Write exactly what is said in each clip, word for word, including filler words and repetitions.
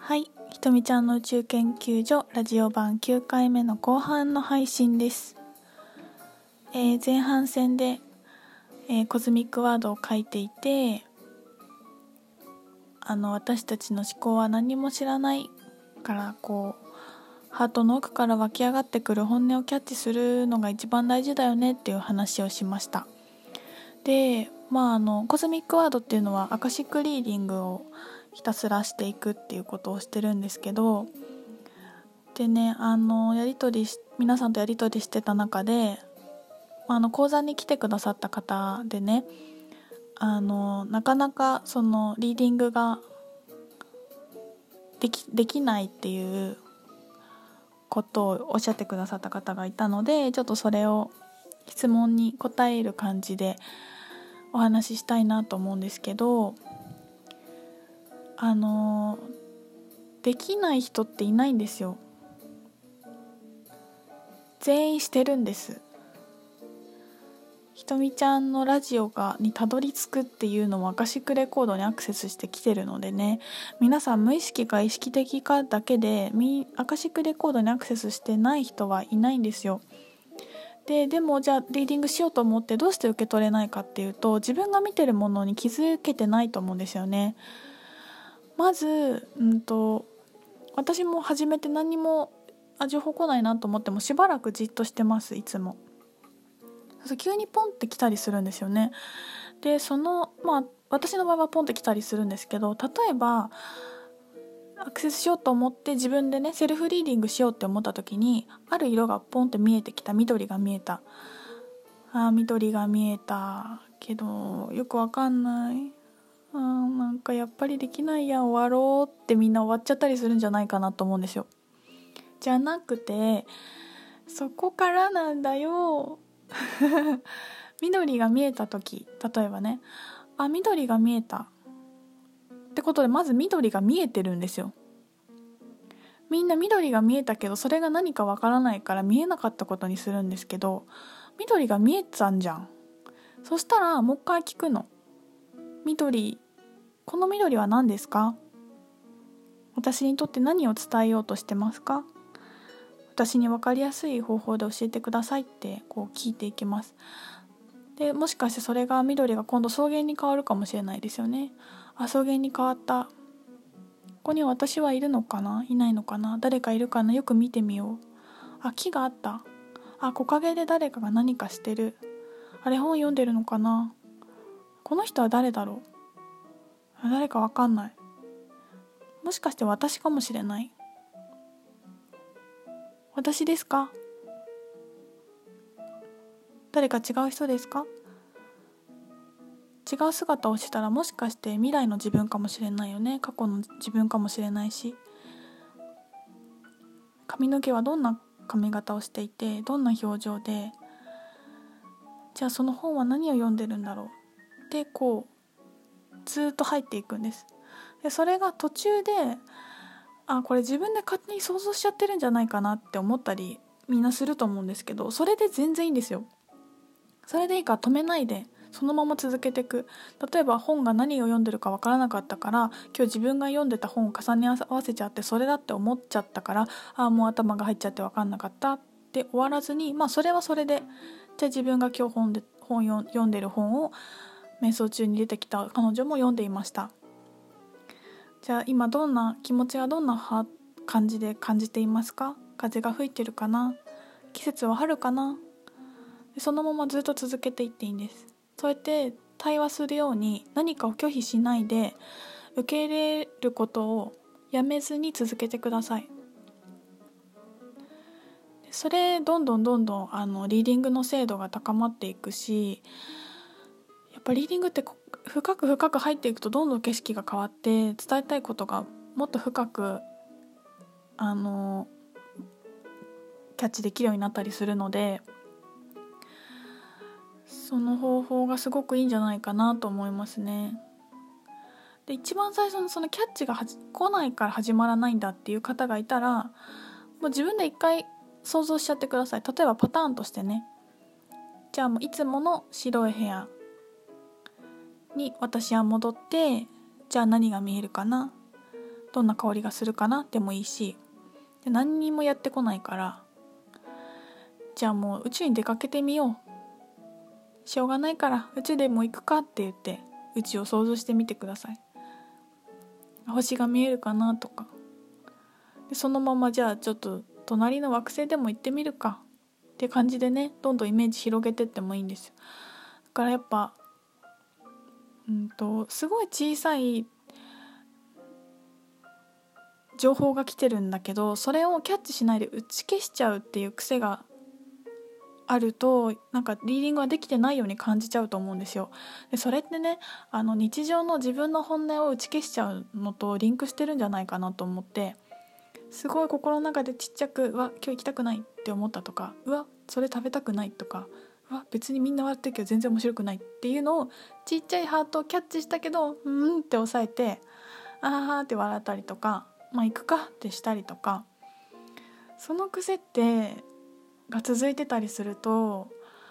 はい、ひとみちゃんの宇宙研究所ラジオ版きゅうかいめの後半の配信です。えー、前半戦で、えー、コズミックワードを書いていて、あの私たちの思考は何も知らないからこうハートの奥から湧き上がってくる本音をキャッチするのが一番大事だよねっていう話をしました。で、まああのコズミックワードっていうのはアカシックリーディングをひたすらしていくっていうことをしてるんですけど、でね、あのやり取りし皆さんとやり取りしてた中で、あの講座に来てくださった方でね、あのなかなかそのリーディングができ、できないっていうことをおっしゃってくださった方がいたので、ちょっとそれを質問に答える感じでお話ししたいなと思うんですけど、あのできない人っていないんですよ。全員してるんです。ひとみちゃんのラジオがにたどり着くっていうのもアカシックレコードにアクセスしてきてるのでね、皆さん無意識か意識的かだけでアカシックレコードにアクセスしてない人はいないんですよ。で、でもじゃあリーディングしようと思ってどうして受け取れないかっていうと、自分が見てるものに気づけてないと思うんですよね。まず、うんと私も始めて何もあ情報来ないなと思ってもしばらくじっとしてます。いつも急にポンって来たりするんですよね。でそのまあ私の場合はポンって来たりするんですけど、例えばアクセスしようと思って自分でねセルフリーディングしようって思った時に、ある色がポンって見えてきた。緑が見えた。あ緑が見えたけどよくわかんない。あなんかやっぱりできないや、終わろうってみんな終わっちゃったりするんじゃないかなと思うんですよ。じゃなくて、そこからなんだよ緑が見えた時、例えばね、あ緑が見えたってことで、まず緑が見えてるんですよ。みんな緑が見えたけどそれが何かわからないから見えなかったことにするんですけど、緑が見えたんじゃん。そしたらもう一回聞くの。緑、この緑は何ですか？私にとって何を伝えようとしてますか？私に分かりやすい方法で教えてくださいってこう聞いていきます。でもしかしてそれが緑が今度草原に変わるかもしれないですよね。あ草原に変わった。ここに私はいるのかな、いないのかな、誰かいるかな、よく見てみよう。あ木があった。あ木陰で誰かが何かしてる。あれ本読んでるのかな。この人は誰だろう。誰かわかんない。もしかして私かもしれない。私ですか？誰か違う人ですか？違う姿をしたらもしかして未来の自分かもしれないよね。過去の自分かもしれないし、髪の毛はどんな髪型をしていてどんな表情で、じゃあその本は何を読んでるんだろうでこうずっと入っていくんです。でそれが途中であこれ自分で勝手に想像しちゃってるんじゃないかなって思ったりみんなすると思うんですけど、それで全然いいんですよ。それでいいから止めないでそのまま続けていく。例えば本が何を読んでるかわからなかったから、今日自分が読んでた本を重ね合わせちゃってそれだって思っちゃったから、あもう頭が入っちゃってわかんなかったって終わらずに、まあそれはそれで、じゃあ自分が今日本で本読んでる本を瞑想中に出てきた彼女も読んでいました。じゃあ今どんな気持ちはどんな感じで感じていますか？風が吹いてるかな？季節は春かな？そのままずっと続けていっていいんです。そうやって対話するように何かを拒否しないで受け入れることをやめずに続けてください。それどんどんどんどんあのリーディングの精度が高まっていくし、やっぱリーディングって深く深く入っていくとどんどん景色が変わって伝えたいことがもっと深くあのキャッチできるようになったりするので、その方法がすごくいいんじゃないかなと思いますね。で一番最初のそのキャッチがはじ来ないから始まらないんだっていう方がいたら、もう自分で一回想像しちゃってください。例えばパターンとしてね、じゃあもういつもの白い部屋に私は戻って、じゃあ何が見えるかな。 どんな香りがするかなでもいいし、で何にもやってこないから、じゃあもう宇宙に出かけてみよう、しょうがないから宇宙でも行くかって言って宇宙を想像してみてください。星が見えるかなとか、でそのままじゃあちょっと隣の惑星でも行ってみるかって感じでね、どんどんイメージ広げてってもいいんですよ。だからやっぱうんとすごい小さい情報が来てるんだけど、それをキャッチしないで打ち消しちゃうっていう癖があると、なんかリーディングができてないように感じちゃうと思うんですよ。でそれってね、あの日常の自分の本音を打ち消しちゃうのとリンクしてるんじゃないかなと思って、すごい心の中でちっちゃく、うわ今日行きたくないって思ったとか、うわそれ食べたくないとか、うわ別にみんな笑ってるけど全然面白くないっていうのを、ちっちゃいハートをキャッチしたけどうーんって抑えて、あーって笑ったりとか、まあ行くかってしたりとか、その癖ってが続いてたりすると、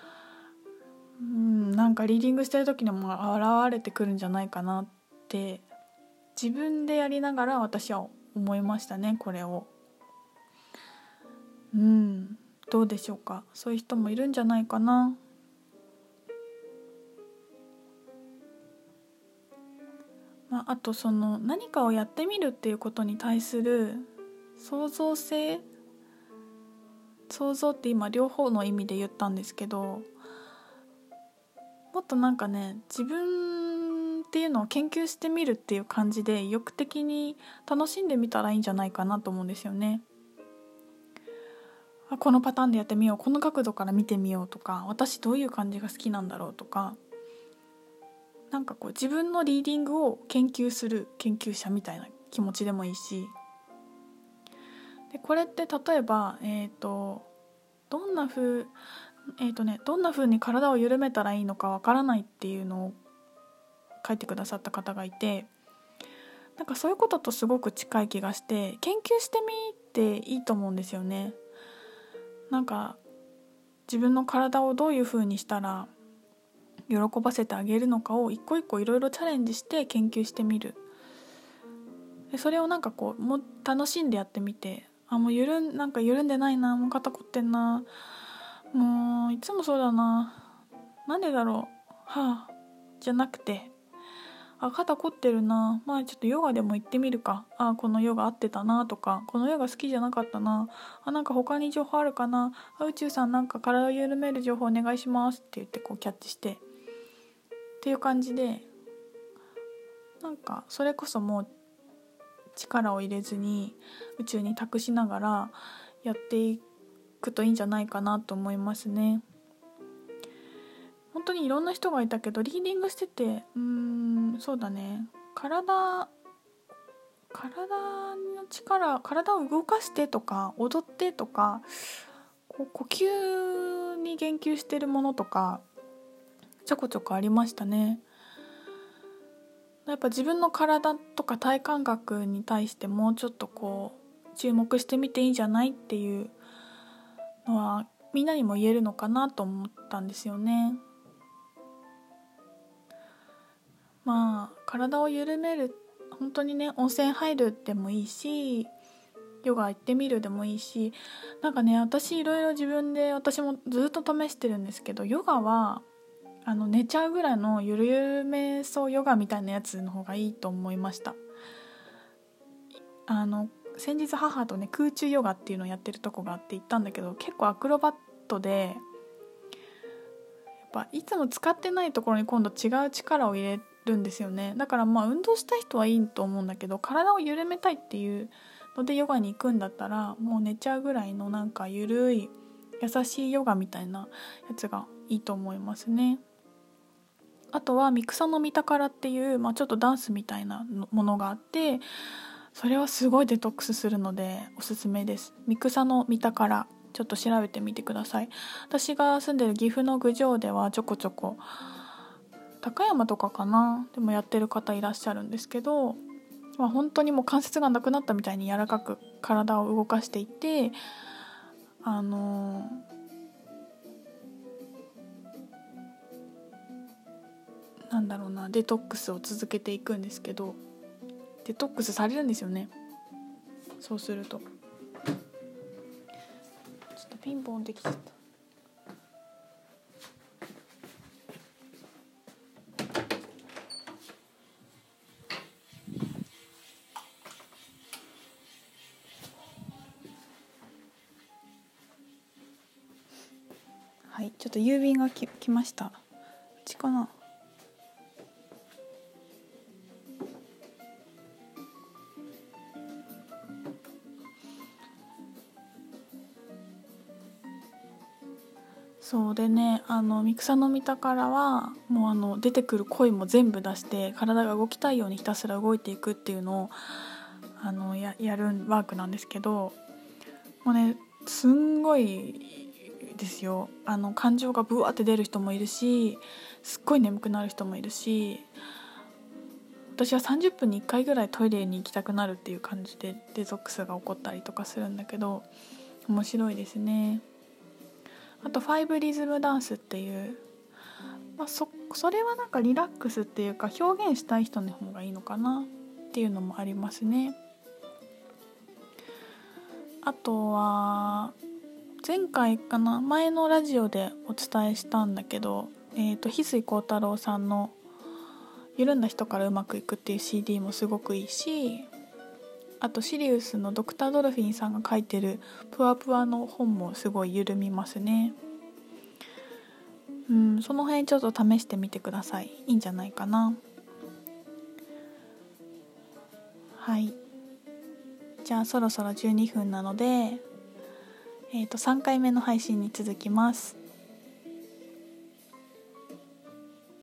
うんなんかリーディングしてる時にも現れてくるんじゃないかなって自分でやりながら私は思いましたね、これを。うんどうでしょうか、そういう人もいるんじゃないかな。まあ、あとその何かをやってみるっていうことに対する創造性、創造って今両方の意味で言ったんですけど、もっとなんかね、自分っていうのを研究してみるっていう感じで意欲的に楽しんでみたらいいんじゃないかなと思うんですよね。あこのパターンでやってみよう、この角度から見てみようとか、私どういう感じが好きなんだろうとか、なんかこう自分のリーディングを研究する研究者みたいな気持ちでもいいし、でこれって例えばえっとどんな風えっとねどんな風に体を緩めたらいいのかわからないっていうのを書いてくださった方がいて、なんかそういうこととすごく近い気がして、研究してみていいと思うんですよね。なんか自分の体をどういう風にしたら喜ばせてあげるのかを一個一個いろいろチャレンジして研究してみる。でそれをなんかこうもう楽しんでやってみて、あもう緩んなんか緩んでないな、もう肩こってんな、もういつもそうだな、なんでだろうはあじゃなくて、あ肩凝ってるな、まあちょっとヨガでも行ってみるか、あこのヨガ合ってたなとか、このヨガ好きじゃなかったな、あなんか他に情報あるかな、あ宇宙さんなんか体を緩める情報お願いしますって言ってこうキャッチしてっていう感じで、なんかそれこそもう力を入れずに宇宙に託しながらやっていくといいんじゃないかなと思いますね。本当にいろんな人がいたけど、リーディングしててうーんそうだね、体体の力、体を動かしてとか踊ってとか、こう呼吸に言及してるものとかちょこちょこありましたね。やっぱ自分の体とか体感覚に対してもうちょっとこう注目してみていいんじゃないっていうのはみんなにも言えるのかなと思ったんですよね。まあ体を緩める、本当にね温泉入るでもいいし、ヨガ行ってみるでもいいし、なんかね私いろいろ自分で私もずっと試してるんですけど、ヨガはあの寝ちゃうぐらいのゆるゆる瞑想ヨガみたいなやつの方がいいと思いました。あの先日母とね空中ヨガっていうのをやってるとこがあって行ったんだけど、結構アクロバットで、やっぱいつも使ってないところに今度違う力を入れるんですよね。だからまあ運動したい人はいいと思うんだけど、体を緩めたいっていうのでヨガに行くんだったら、もう寝ちゃうぐらいのなんかゆるい優しいヨガみたいなやつがいいと思いますね。あとはミクサのミタカラっていう、まあ、ちょっとダンスみたいなものがあって、それはすごいデトックスするのでおすすめです。ミクサのミタカラちょっと調べてみてください。私が住んでる岐阜の郡上ではちょこちょこ、高山とかかなでもやってる方いらっしゃるんですけど、まあ、本当にもう関節がなくなったみたいに柔らかく体を動かしていて、あのー、なんだろうなデトックスを続けていくんですけど、 デトックスされるんですよね。そうするとちょっとピンポンってきちゃった。はい、ちょっと郵便がき来ました。うちかな。そうでね、あのミクサの見たからはもうあの出てくる声も全部出して体が動きたいようにひたすら動いていくっていうのをあの や, やるワークなんですけど、もうねすんごいですよ。あの感情がブワーって出る人もいるし、すっごい眠くなる人もいるし、私はさんじゅっぷんにいっかいぐらいトイレに行きたくなるっていう感じでデトックスが起こったりとかするんだけど、面白いですね。あとファイブリズムダンスっていう、まあ、そ, それはなんかリラックスっていうか表現したい人の方がいいのかなっていうのもありますね。あとは前回かな、前のラジオでお伝えしたんだけど、えーと、翡翠幸太郎さんの緩んだ人からうまくいくっていう シーディー もすごくいいし、あとシリウスのドクタードルフィンさんが書いてるプワプワの本もすごい緩みますね。うん、その辺ちょっと試してみてください。いいんじゃないかな。はい、じゃあそろそろじゅうにふんなので、えーとさんかいめの配信に続きます。